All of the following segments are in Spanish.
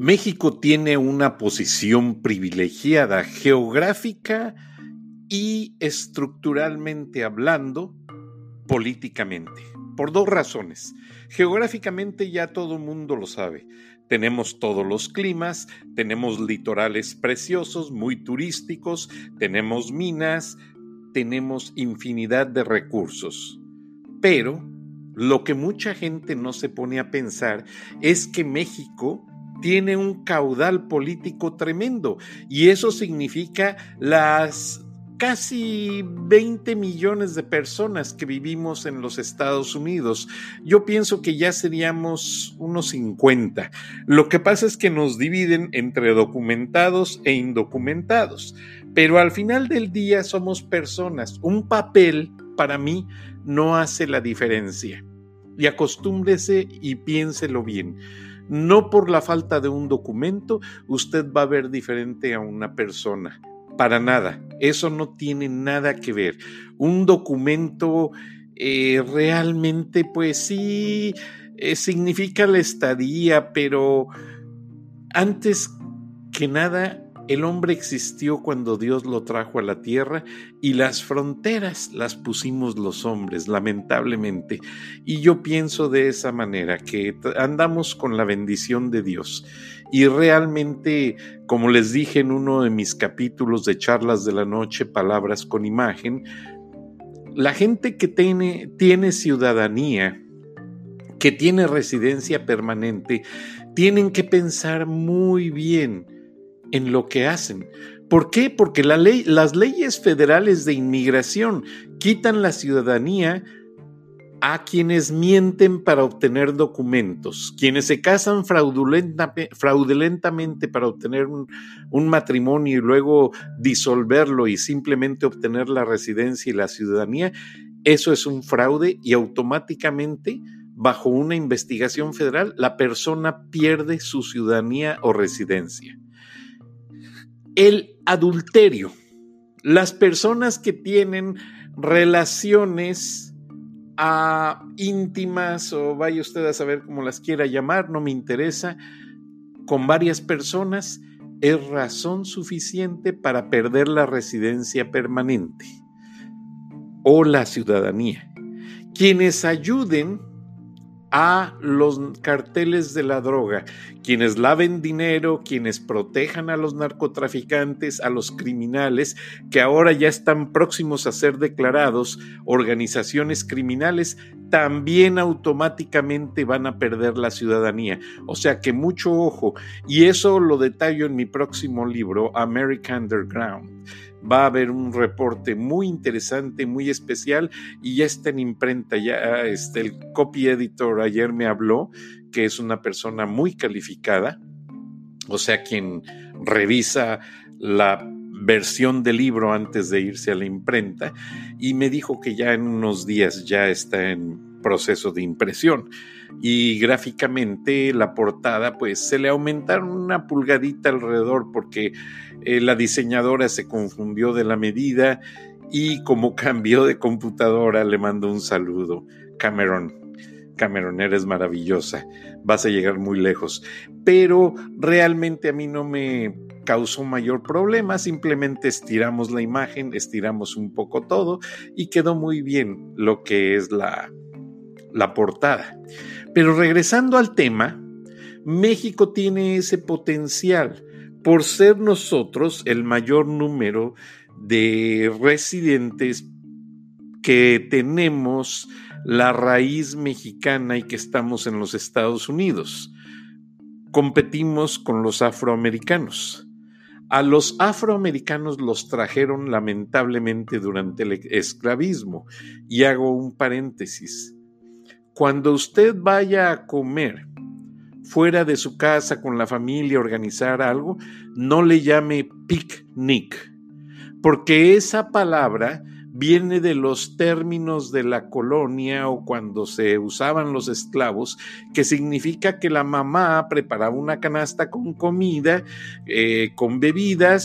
México tiene una posición privilegiada geográfica y estructuralmente hablando, políticamente, por dos razones. Geográficamente ya todo el mundo lo sabe. Tenemos todos los climas, tenemos litorales preciosos, muy turísticos, tenemos minas, tenemos infinidad de recursos. Pero lo que mucha gente no se pone a pensar es que México tiene un caudal político tremendo y eso significa las casi 20 millones de personas que vivimos en los Estados Unidos. Yo pienso que ya seríamos unos 50. Lo que pasa es que nos dividen entre documentados e indocumentados, pero al final del día somos personas. Un papel, para mí, no hace la diferencia. Y acostúmbrese y piénselo bien. No por la falta de un documento usted va a ver diferente a una persona. Para nada. Eso no tiene nada que ver. Un documento realmente, pues sí, significa la estadía, pero antes que nada, el hombre existió cuando Dios lo trajo a la tierra y las fronteras las pusimos los hombres, lamentablemente. Y yo pienso de esa manera, que andamos con la bendición de Dios. Y realmente, como les dije en uno de mis capítulos de Charlas de la Noche, Palabras con Imagen, la gente que tiene ciudadanía, que tiene residencia permanente, tienen que pensar muy bien en lo que hacen. ¿Por qué? Porque las leyes federales de inmigración quitan la ciudadanía a quienes mienten para obtener documentos, quienes se casan fraudulentamente para obtener un matrimonio y luego disolverlo y simplemente obtener la residencia y la ciudadanía. Eso es un fraude y automáticamente, bajo una investigación federal, la persona pierde su ciudadanía o residencia. El adulterio. Las personas que tienen relaciones íntimas, o vaya usted a saber cómo las quiera llamar, no me interesa, con varias personas, es razón suficiente para perder la residencia permanente o la ciudadanía. Quienes ayuden a los carteles de la droga, quienes laven dinero, quienes protejan a los narcotraficantes, a los criminales, que ahora ya están próximos a ser declarados organizaciones criminales, también automáticamente van a perder la ciudadanía. O sea que mucho ojo, y eso lo detallo en mi próximo libro, America Underground. Va a haber un reporte muy interesante, muy especial, y ya está en imprenta. Ya el copy editor ayer me habló, que es una persona muy calificada, o sea, quien revisa la versión del libro antes de irse a la imprenta, y me dijo que ya en unos días ya está en proceso de impresión. Y gráficamente la portada, pues se le aumentaron una pulgadita alrededor porque la diseñadora se confundió de la medida y como cambió de computadora le mando un saludo. Cameron, eres maravillosa, vas a llegar muy lejos, pero realmente a mí no me causó mayor problema, simplemente estiramos la imagen, estiramos un poco todo y quedó muy bien lo que es la portada. Pero regresando al tema, México tiene ese potencial por ser nosotros el mayor número de residentes que tenemos la raíz mexicana y que estamos en los Estados Unidos. Competimos con los afroamericanos. A los afroamericanos los trajeron lamentablemente durante el esclavismo. Y hago un paréntesis. Cuando usted vaya a comer fuera de su casa con la familia, organizar algo, no le llame picnic, porque esa palabra viene de los términos de la colonia o cuando se usaban los esclavos, que significa que la mamá preparaba una canasta con comida, con bebidas,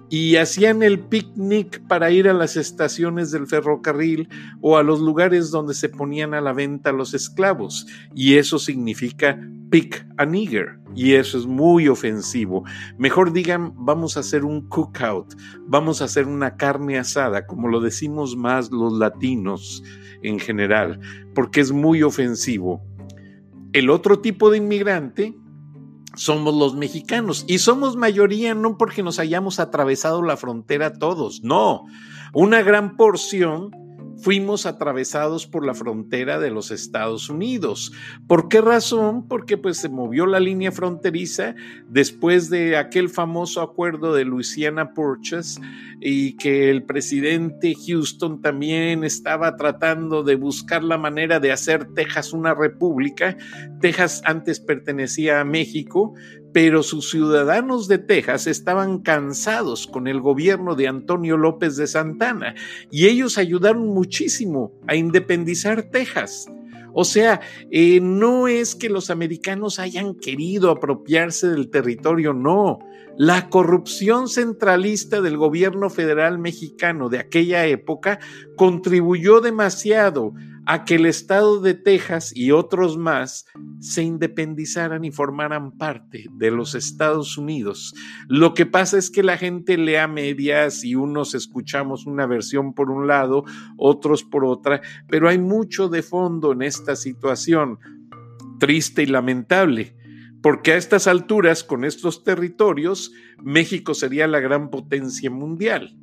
y hacían el picnic para ir a las estaciones del ferrocarril o a los lugares donde se ponían a la venta los esclavos, y eso significa pick a nigger, y eso es muy ofensivo. Mejor digan, vamos a hacer un cookout, vamos a hacer una carne asada, como lo decimos más los latinos en general, porque es muy ofensivo. El otro tipo de inmigrante somos los mexicanos, y somos mayoría no porque nos hayamos atravesado la frontera todos, no, una gran porción fuimos atravesados por la frontera de los Estados Unidos. ¿Por qué razón? Porque pues se movió la línea fronteriza después de aquel famoso acuerdo de Louisiana Purchase, y que el presidente Houston también estaba tratando de buscar la manera de hacer Texas una república. Texas antes pertenecía a México, pero sus ciudadanos de Texas estaban cansados con el gobierno de Antonio López de Santana, y ellos ayudaron muchísimo a independizar Texas. O sea, no es que los americanos hayan querido apropiarse del territorio, no. La corrupción centralista del gobierno federal mexicano de aquella época contribuyó demasiado a que el estado de Texas y otros más se independizaran y formaran parte de los Estados Unidos. Lo que pasa es que la gente lee a medias y unos escuchamos una versión por un lado, otros por otra, pero hay mucho de fondo en esta situación, triste y lamentable, porque a estas alturas, con estos territorios, México sería la gran potencia mundial.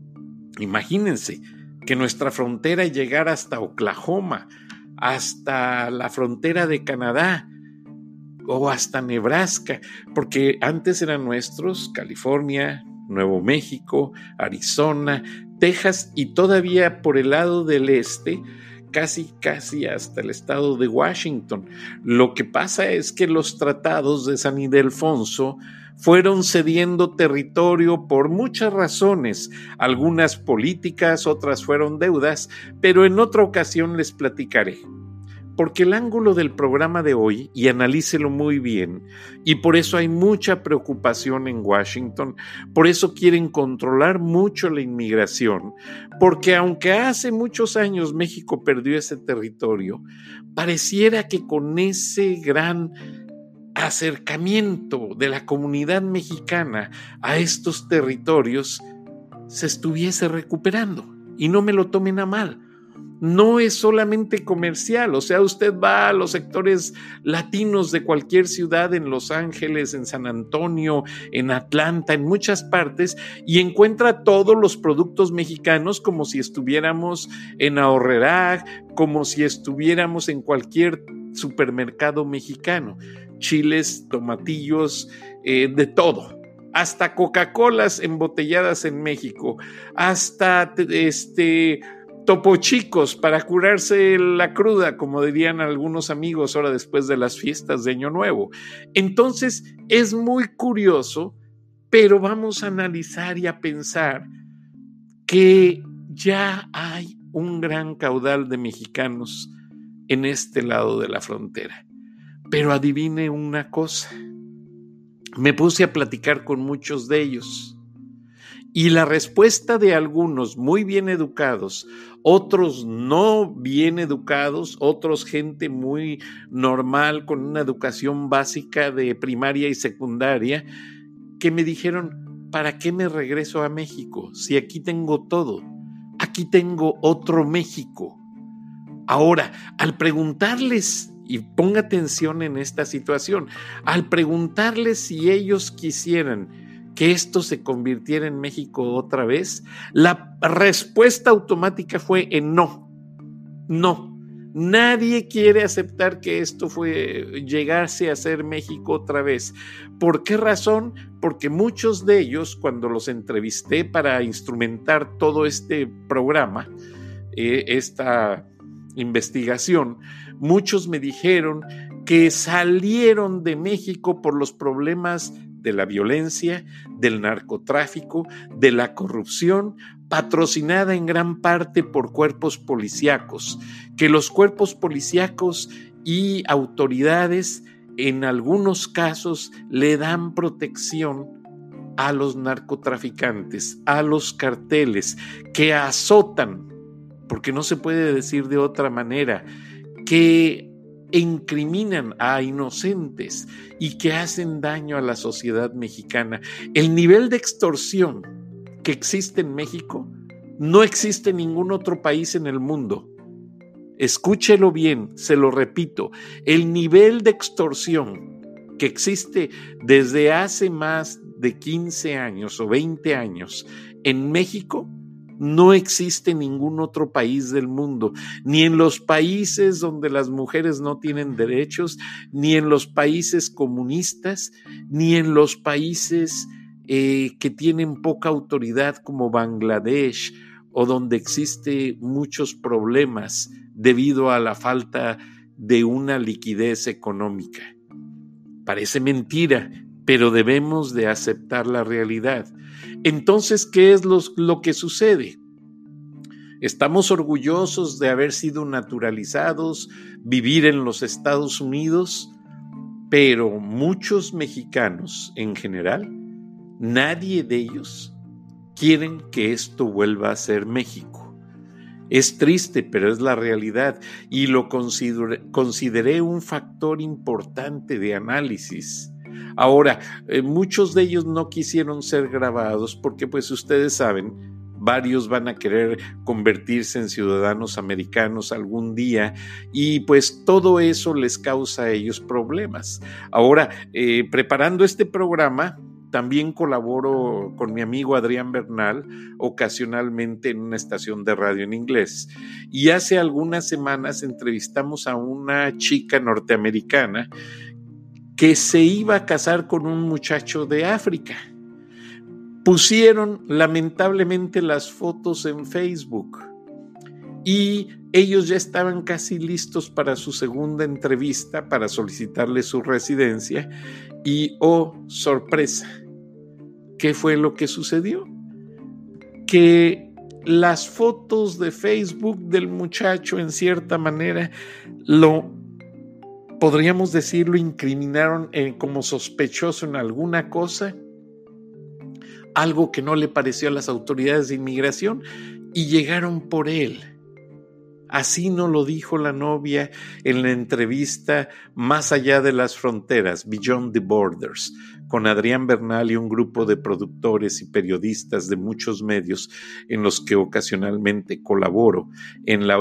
Imagínense que nuestra frontera llegara hasta Oklahoma, hasta la frontera de Canadá o hasta Nebraska, porque antes eran nuestros California, Nuevo México, Arizona, Texas, y todavía por el lado del este, casi hasta el estado de Washington. Lo que pasa es que los tratados de San Ildefonso fueron cediendo territorio por muchas razones, algunas políticas, otras fueron deudas, pero en otra ocasión les platicaré. Porque el ángulo del programa de hoy, y analícelo muy bien, y por eso hay mucha preocupación en Washington, por eso quieren controlar mucho la inmigración, porque aunque hace muchos años México perdió ese territorio, pareciera que con ese gran acercamiento de la comunidad mexicana a estos territorios se estuviese recuperando. Y no me lo tomen a mal, no es solamente comercial. O sea, usted va a los sectores latinos de cualquier ciudad, en Los Ángeles, en San Antonio, en Atlanta, en muchas partes, y encuentra todos los productos mexicanos como si estuviéramos en Aurrerá, como si estuviéramos en cualquier supermercado mexicano. Chiles, tomatillos, de todo, hasta Coca-Colas embotelladas en México, hasta Topo Chicos para curarse la cruda, como dirían algunos amigos ahora después de las fiestas de Año Nuevo. Entonces es muy curioso, pero vamos a analizar y a pensar que ya hay un gran caudal de mexicanos en este lado de la frontera. Pero adivine una cosa, me puse a platicar con muchos de ellos y la respuesta de algunos muy bien educados, otros no bien educados, otros gente muy normal con una educación básica de primaria y secundaria, que me dijeron, ¿para qué me regreso a México si aquí tengo todo? Aquí tengo otro México. Ahora, al preguntarles, y ponga atención en esta situación, al preguntarles si ellos quisieran que esto se convirtiera en México otra vez, la respuesta automática fue en no. Nadie quiere aceptar que esto llegase a ser México otra vez. ¿Por qué razón? Porque muchos de ellos, cuando los entrevisté para instrumentar todo este programa, esta investigación, muchos me dijeron que salieron de México por los problemas de la violencia, del narcotráfico, de la corrupción, patrocinada en gran parte por cuerpos policíacos, que los cuerpos policíacos y autoridades en algunos casos le dan protección a los narcotraficantes, a los carteles que azotan, porque no se puede decir de otra manera, que incriminan a inocentes y que hacen daño a la sociedad mexicana. El nivel de extorsión que existe en México no existe en ningún otro país en el mundo. Escúchelo bien, se lo repito, el nivel de extorsión que existe desde hace más de 15 años o 20 años en México no existe en ningún otro país del mundo, ni en los países donde las mujeres no tienen derechos, ni en los países comunistas, ni en los países que tienen poca autoridad como Bangladesh o donde existen muchos problemas debido a la falta de una liquidez económica. Parece mentira, pero debemos de aceptar la realidad. Entonces, ¿qué es lo que sucede? Estamos orgullosos de haber sido naturalizados, vivir en los Estados Unidos, pero muchos mexicanos en general, nadie de ellos quieren que esto vuelva a ser México. Es triste, pero es la realidad y lo consideré un factor importante de análisis. Ahora, muchos de ellos no quisieron ser grabados porque, pues ustedes saben, varios van a querer convertirse en ciudadanos americanos algún día y pues todo eso les causa a ellos problemas. Ahora, preparando este programa, también colaboro con mi amigo Adrián Bernal ocasionalmente en una estación de radio en inglés. Y hace algunas semanas entrevistamos a una chica norteamericana que se iba a casar con un muchacho de África. Pusieron lamentablemente las fotos en Facebook y ellos ya estaban casi listos para su segunda entrevista para solicitarle su residencia y ¡oh, sorpresa! ¿Qué fue lo que sucedió? Que las fotos de Facebook del muchacho en cierta manera podríamos decir, lo incriminaron como sospechoso en alguna cosa, algo que no le pareció a las autoridades de inmigración y llegaron por él. Así nos lo dijo la novia en la entrevista Más allá de las fronteras, Beyond the Borders, con Adrián Bernal y un grupo de productores y periodistas de muchos medios en los que ocasionalmente colaboro en la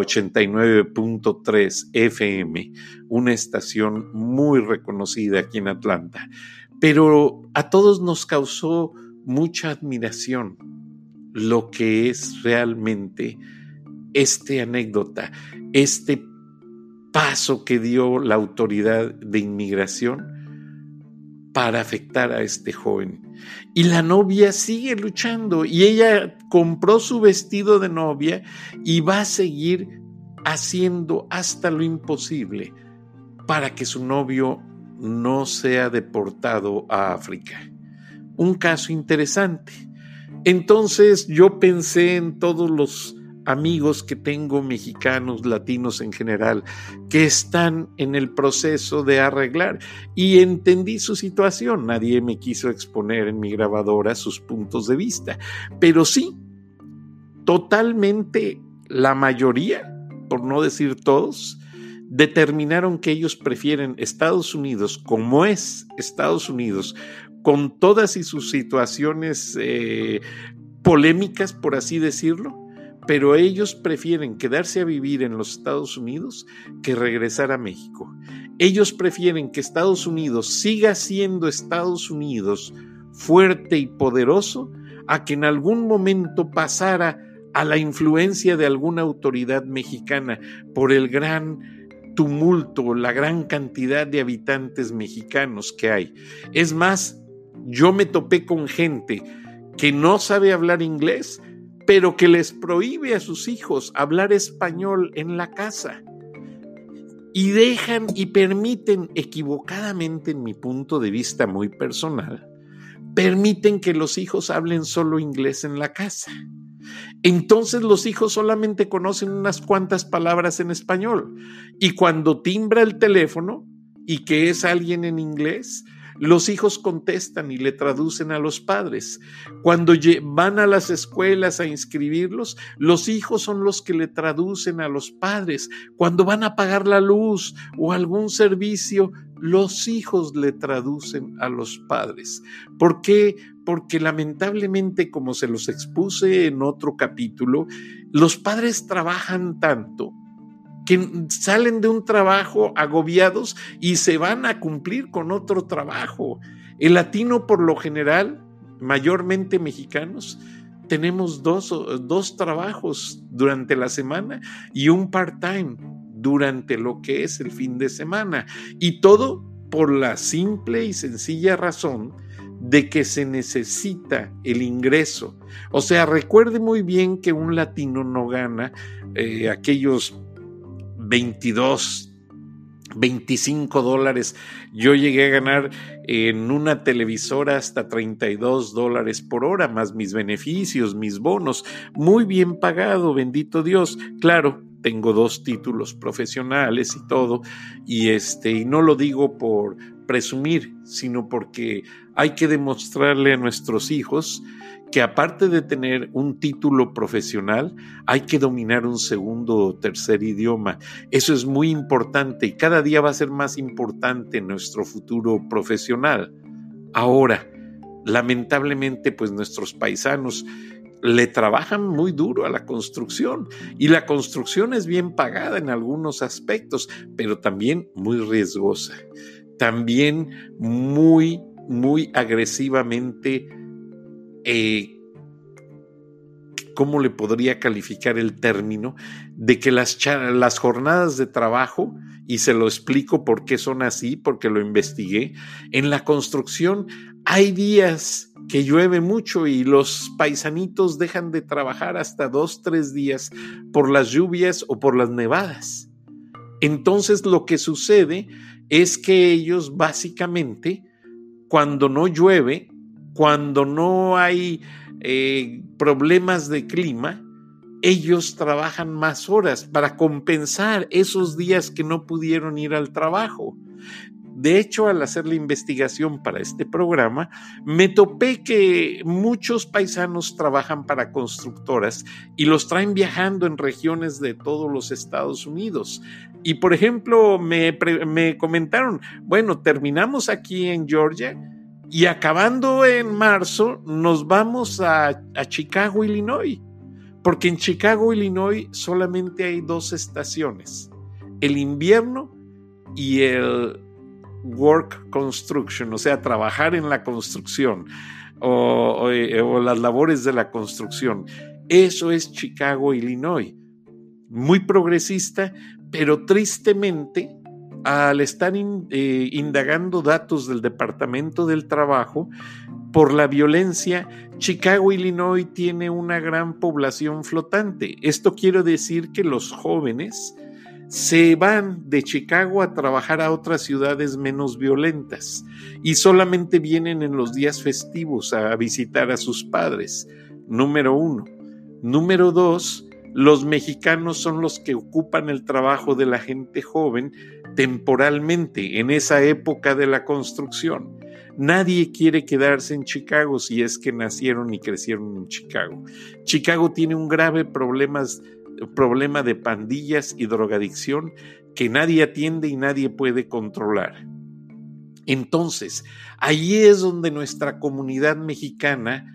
89.3 FM, una estación muy reconocida aquí en Atlanta. Pero a todos nos causó mucha admiración lo que es realmente esta anécdota, este paso que dio la autoridad de inmigración para afectar a este joven. Y la novia sigue luchando y ella compró su vestido de novia y va a seguir haciendo hasta lo imposible para que su novio no sea deportado a África. Un caso interesante. Entonces yo pensé en todos los amigos que tengo, mexicanos, latinos en general, que están en el proceso de arreglar y entendí su situación. Nadie me quiso exponer en mi grabadora sus puntos de vista, pero sí, totalmente la mayoría, por no decir todos, determinaron que ellos prefieren Estados Unidos como es Estados Unidos, con todas y sus situaciones polémicas, por así decirlo, pero ellos prefieren quedarse a vivir en los Estados Unidos que regresar a México. Ellos prefieren que Estados Unidos siga siendo Estados Unidos fuerte y poderoso a que en algún momento pasara a la influencia de alguna autoridad mexicana por el gran tumulto, la gran cantidad de habitantes mexicanos que hay. Es más, yo me topé con gente que no sabe hablar inglés, pero que les prohíbe a sus hijos hablar español en la casa. Y dejan y permiten, equivocadamente en mi punto de vista muy personal, permiten que los hijos hablen solo inglés en la casa. Entonces los hijos solamente conocen unas cuantas palabras en español. Y cuando timbra el teléfono y que es alguien en inglés, los hijos contestan y le traducen a los padres. Cuando van a las escuelas a inscribirlos, los hijos son los que le traducen a los padres. Cuando van a pagar la luz o algún servicio, los hijos le traducen a los padres. ¿Por qué? Porque lamentablemente, como se los expuse en otro capítulo, los padres trabajan tanto que salen de un trabajo agobiados y se van a cumplir con otro trabajo. El latino, por lo general, mayormente mexicanos, tenemos dos trabajos durante la semana y un part-time durante lo que es el fin de semana. Y todo por la simple y sencilla razón de que se necesita el ingreso. O sea, recuerde muy bien que un latino no gana aquellos 22, 25 dólares. Yo llegué a ganar en una televisora hasta 32 dólares por hora, más mis beneficios, mis bonos. Muy bien pagado, bendito Dios. Claro, tengo 2 títulos profesionales y todo, y no lo digo por presumir, sino porque hay que demostrarle a nuestros hijos que aparte de tener un título profesional, hay que dominar un segundo o tercer idioma. Eso es muy importante y cada día va a ser más importante en nuestro futuro profesional. Ahora, lamentablemente, pues nuestros paisanos le trabajan muy duro a la construcción y la construcción es bien pagada en algunos aspectos, pero también muy riesgosa, también muy agresivamente. ¿Cómo le podría calificar el término? De que las jornadas de trabajo, y se lo explico por qué son así, porque lo investigué, en la construcción hay días que llueve mucho y los paisanitos dejan de trabajar hasta 2-3 días por las lluvias o por las nevadas. Entonces lo que sucede es que ellos básicamente, cuando no llueve, cuando no hay problemas de clima, ellos trabajan más horas para compensar esos días que no pudieron ir al trabajo. De hecho, al hacer la investigación para este programa, me topé que muchos paisanos trabajan para constructoras y los traen viajando en regiones de todos los Estados Unidos. Y, por ejemplo, me comentaron, bueno, terminamos aquí en Georgia y acabando en marzo nos vamos a Chicago, Illinois, porque en Chicago, Illinois solamente hay 2 estaciones, el invierno y el work construction, o sea, trabajar en la construcción o las labores de la construcción. Eso es Chicago, Illinois. Muy progresista, pero tristemente, al estar indagando datos del Departamento del Trabajo, por la violencia, Chicago, Illinois tiene una gran población flotante. Esto quiere decir que los jóvenes se van de Chicago a trabajar a otras ciudades menos violentas y solamente vienen en los días festivos a visitar a sus padres. Número 1. Número 2, los mexicanos son los que ocupan el trabajo de la gente joven temporalmente en esa época de la construcción. Nadie quiere quedarse en Chicago si es que nacieron y crecieron en Chicago. Chicago tiene un grave problema de pandillas y drogadicción que nadie atiende y nadie puede controlar. Entonces, ahí es donde nuestra comunidad mexicana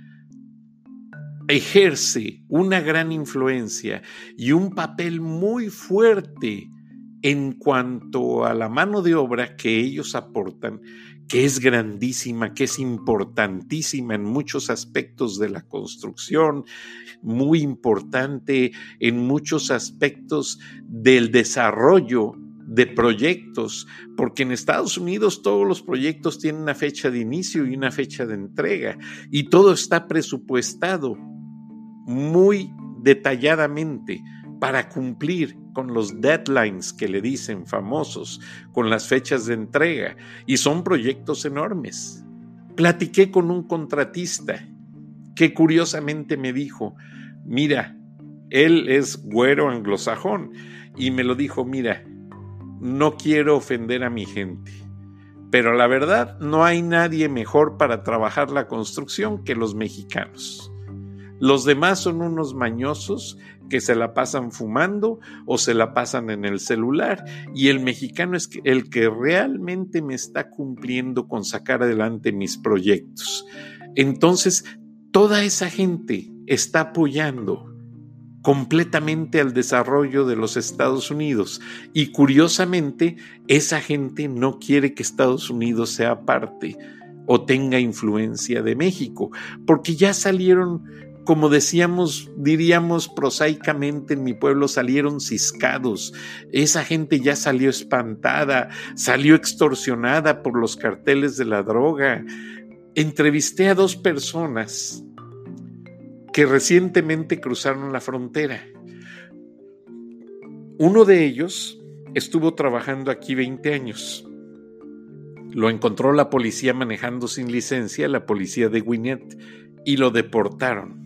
ejerce una gran influencia y un papel muy fuerte en cuanto a la mano de obra que ellos aportan, que es grandísima, que es importantísima en muchos aspectos de la construcción, muy importante en muchos aspectos del desarrollo de proyectos, porque en Estados Unidos todos los proyectos tienen una fecha de inicio y una fecha de entrega, y todo está presupuestado muy detalladamente para cumplir con los deadlines que le dicen famosos, con las fechas de entrega, y son proyectos enormes. Platiqué con un contratista que curiosamente me dijo, mira, él es güero anglosajón, y me lo dijo, mira, no quiero ofender a mi gente, pero la verdad no hay nadie mejor para trabajar la construcción que los mexicanos. Los demás son unos mañosos que se la pasan fumando o se la pasan en el celular, y el mexicano es el que realmente me está cumpliendo con sacar adelante mis proyectos. Entonces, toda esa gente está apoyando completamente al desarrollo de los Estados Unidos, y curiosamente esa gente no quiere que Estados Unidos sea parte o tenga influencia de México, porque ya salieron, como diríamos prosaicamente en mi pueblo, salieron ciscados. Esa gente ya salió espantada, salió extorsionada por los carteles de la droga. Entrevisté a 2 personas que recientemente cruzaron la frontera. Uno de ellos estuvo trabajando aquí 20 años. Lo encontró la policía manejando sin licencia, la policía de Gwinnett, y lo deportaron.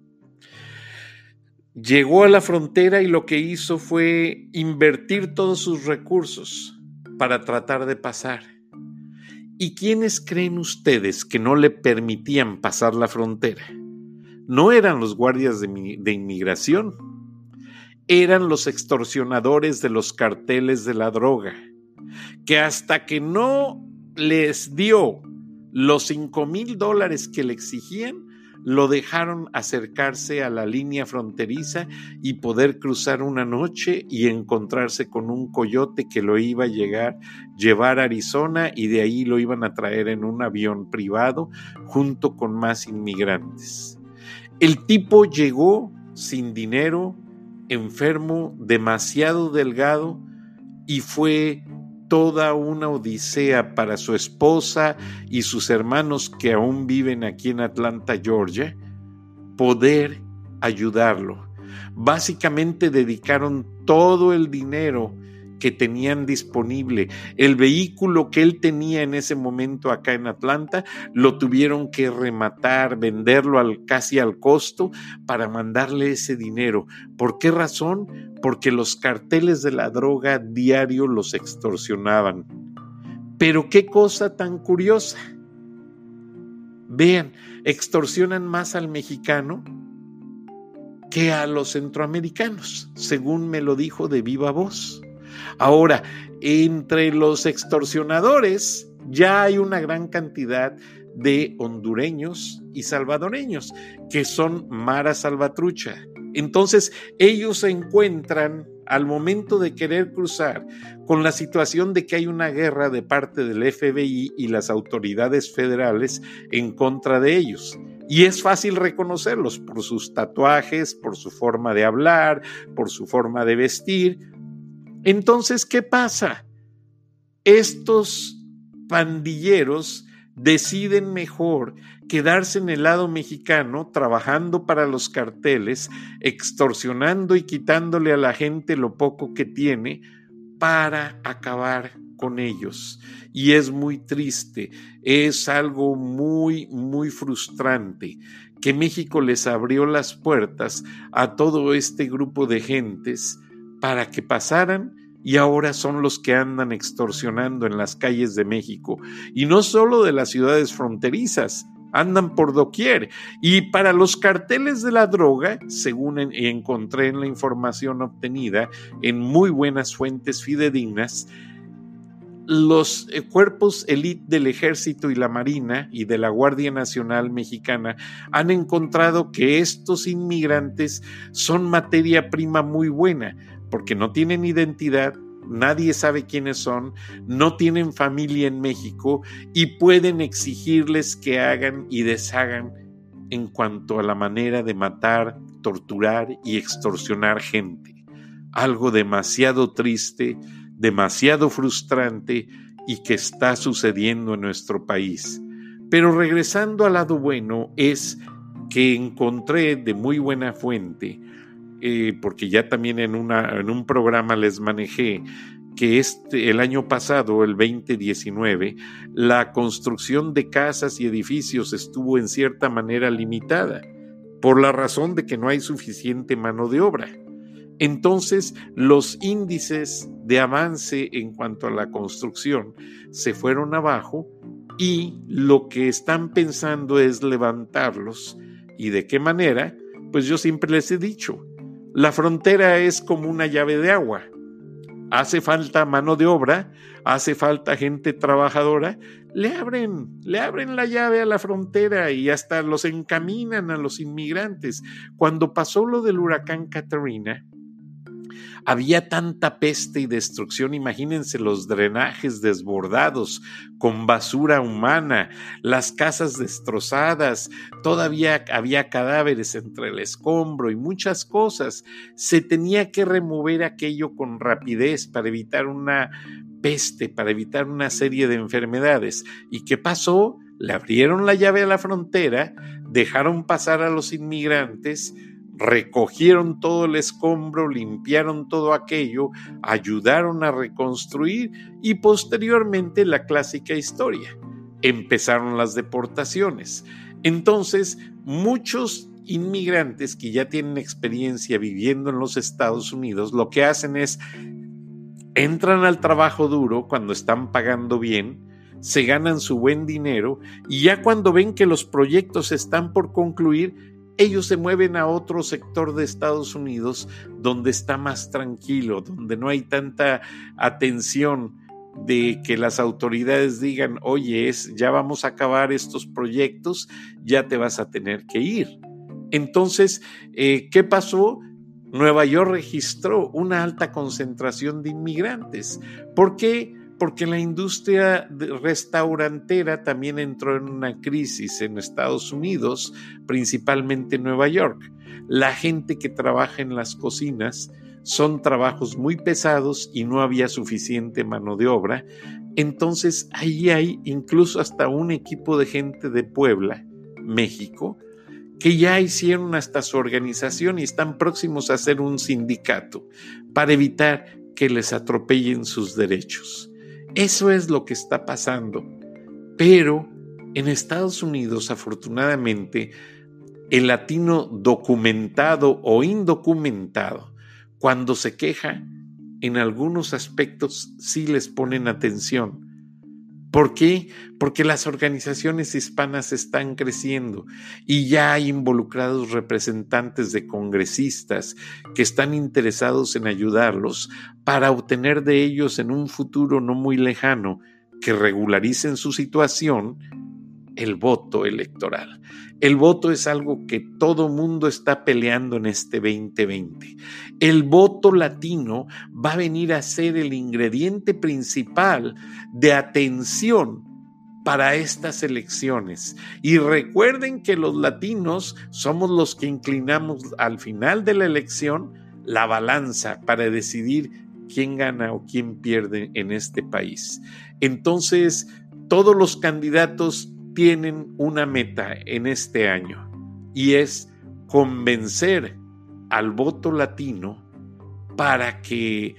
Llegó a la frontera y lo que hizo fue invertir todos sus recursos para tratar de pasar. ¿Y quiénes creen ustedes que no le permitían pasar la frontera? No eran los guardias de inmigración, eran los extorsionadores de los carteles de la droga, que hasta que no les dio los $5,000 que le exigían, lo dejaron acercarse a la línea fronteriza y poder cruzar una noche y encontrarse con un coyote que lo iba a llevar a Arizona, y de ahí lo iban a traer en un avión privado junto con más inmigrantes. El tipo llegó sin dinero, enfermo, demasiado delgado, y fue toda una odisea para su esposa y sus hermanos que aún viven aquí en Atlanta, Georgia, poder ayudarlo. Básicamente dedicaron todo el dinero que tenían disponible. El vehículo que él tenía en ese momento acá en Atlanta, lo tuvieron que rematar, venderlo casi al costo para mandarle ese dinero. ¿Por qué razón? Porque los carteles de la droga diario los extorsionaban. Pero qué cosa tan curiosa. Vean, extorsionan más al mexicano que a los centroamericanos, según me lo dijo de viva voz. Ahora, entre los extorsionadores ya hay una gran cantidad de hondureños y salvadoreños que son mara salvatrucha. Entonces, ellos se encuentran al momento de querer cruzar con la situación de que hay una guerra de parte del FBI y las autoridades federales en contra de ellos. Y es fácil reconocerlos por sus tatuajes, por su forma de hablar, por su forma de vestir. Entonces, ¿qué pasa? Estos pandilleros deciden mejor quedarse en el lado mexicano, trabajando para los carteles, extorsionando y quitándole a la gente lo poco que tiene para acabar con ellos. Y es muy triste, es algo muy, muy frustrante que México les abrió las puertas a todo este grupo de gentes para que pasaran, y ahora son los que andan extorsionando en las calles de México. Y no solo de las ciudades fronterizas, andan por doquier. Y para los carteles de la droga, según encontré en la información obtenida en muy buenas fuentes fidedignas, los cuerpos élite del Ejército y la Marina y de la Guardia Nacional Mexicana han encontrado que estos inmigrantes son materia prima muy buena, porque no tienen identidad, nadie sabe quiénes son, no tienen familia en México y pueden exigirles que hagan y deshagan en cuanto a la manera de matar, torturar y extorsionar gente. Algo demasiado triste, demasiado frustrante y que está sucediendo en nuestro país. Pero regresando al lado bueno, es que encontré de muy buena fuente, porque ya también en un programa les manejé, que el año pasado, el 2019, la construcción de casas y edificios estuvo en cierta manera limitada, por la razón de que no hay suficiente mano de obra. Entonces, los índices de avance en cuanto a la construcción se fueron abajo y lo que están pensando es levantarlos. ¿Y de qué manera? Pues yo siempre les he dicho, la frontera es como una llave de agua. Hace falta mano de obra, hace falta gente trabajadora, le abren la llave a la frontera y hasta los encaminan a los inmigrantes. Cuando pasó lo del huracán Katrina, había tanta peste y destrucción, imagínense los drenajes desbordados con basura humana, las casas destrozadas, todavía había cadáveres entre el escombro y muchas cosas. Se tenía que remover aquello con rapidez para evitar una peste, para evitar una serie de enfermedades. ¿Y qué pasó? Le abrieron la llave a la frontera, dejaron pasar a los inmigrantes, recogieron todo el escombro, limpiaron todo aquello, ayudaron a reconstruir y posteriormente la clásica historia. Empezaron las deportaciones. Entonces, muchos inmigrantes que ya tienen experiencia viviendo en los Estados Unidos, lo que hacen es, entran al trabajo duro cuando están pagando bien, se ganan su buen dinero y ya cuando ven que los proyectos están por concluir, ellos se mueven a otro sector de Estados Unidos donde está más tranquilo, donde no hay tanta atención de que las autoridades digan, oye, ya vamos a acabar estos proyectos, ya te vas a tener que ir. Entonces, ¿qué pasó? Nueva York registró una alta concentración de inmigrantes. ¿Por qué? Porque la industria restaurantera también entró en una crisis en Estados Unidos, principalmente en Nueva York. La gente que trabaja en las cocinas son trabajos muy pesados y no había suficiente mano de obra. Entonces ahí hay incluso hasta un equipo de gente de Puebla, México, que ya hicieron hasta su organización y están próximos a hacer un sindicato para evitar que les atropellen sus derechos. Eso es lo que está pasando. Pero en Estados Unidos, afortunadamente, el latino documentado o indocumentado, cuando se queja, en algunos aspectos sí les ponen atención. ¿Por qué? Porque las organizaciones hispanas están creciendo y ya hay involucrados representantes de congresistas que están interesados en ayudarlos para obtener de ellos en un futuro no muy lejano que regularicen su situación el voto electoral. El voto es algo que todo mundo está peleando en este 2020. El voto latino va a venir a ser el ingrediente principal de atención para estas elecciones. Y recuerden que los latinos somos los que inclinamos al final de la elección la balanza para decidir quién gana o quién pierde en este país. Entonces, todos los candidatos tienen una meta en este año y es convencer al voto latino para que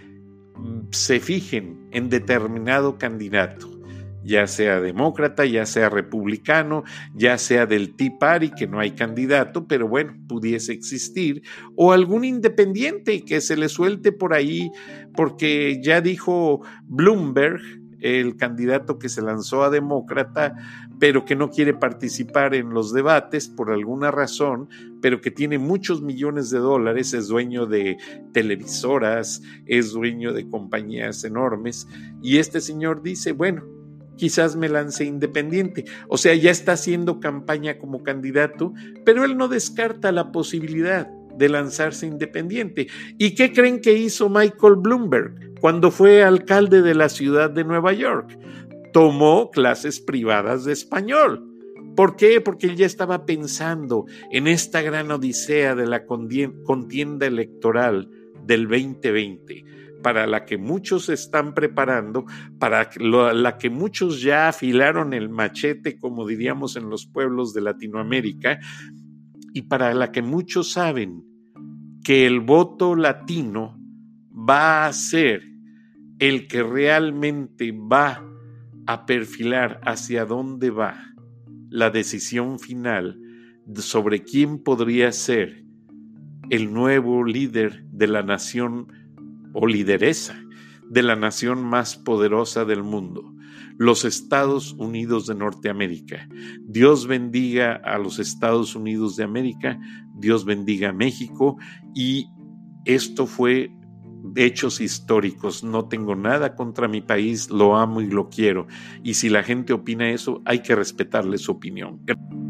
se fijen en determinado candidato, ya sea demócrata, ya sea republicano, ya sea del Tea Party, que no hay candidato, pero bueno, pudiese existir, o algún independiente que se le suelte por ahí, porque ya dijo Bloomberg, el candidato que se lanzó a demócrata, pero que no quiere participar en los debates por alguna razón, pero que tiene muchos millones de dólares, es dueño de televisoras, es dueño de compañías enormes, y este señor dice, bueno, quizás me lance independiente. O sea, ya está haciendo campaña como candidato, pero él no descarta la posibilidad de lanzarse independiente. ¿Y qué creen que hizo Michael Bloomberg cuando fue alcalde de la ciudad de Nueva York? Tomó clases privadas de español. ¿Por qué? Porque él ya estaba pensando en esta gran odisea de la contienda electoral del 2020, para la que muchos se están preparando, para la que muchos ya afilaron el machete, como diríamos en los pueblos de Latinoamérica, y para la que muchos saben que el voto latino va a ser el que realmente va a perfilar hacia dónde va la decisión final sobre quién podría ser el nuevo líder de la nación o lideresa de la nación más poderosa del mundo, los Estados Unidos de Norteamérica. Dios bendiga a los Estados Unidos de América, Dios bendiga a México, y esto fue hechos históricos. No tengo nada contra mi país, lo amo y lo quiero, y si la gente opina eso, hay que respetarle su opinión.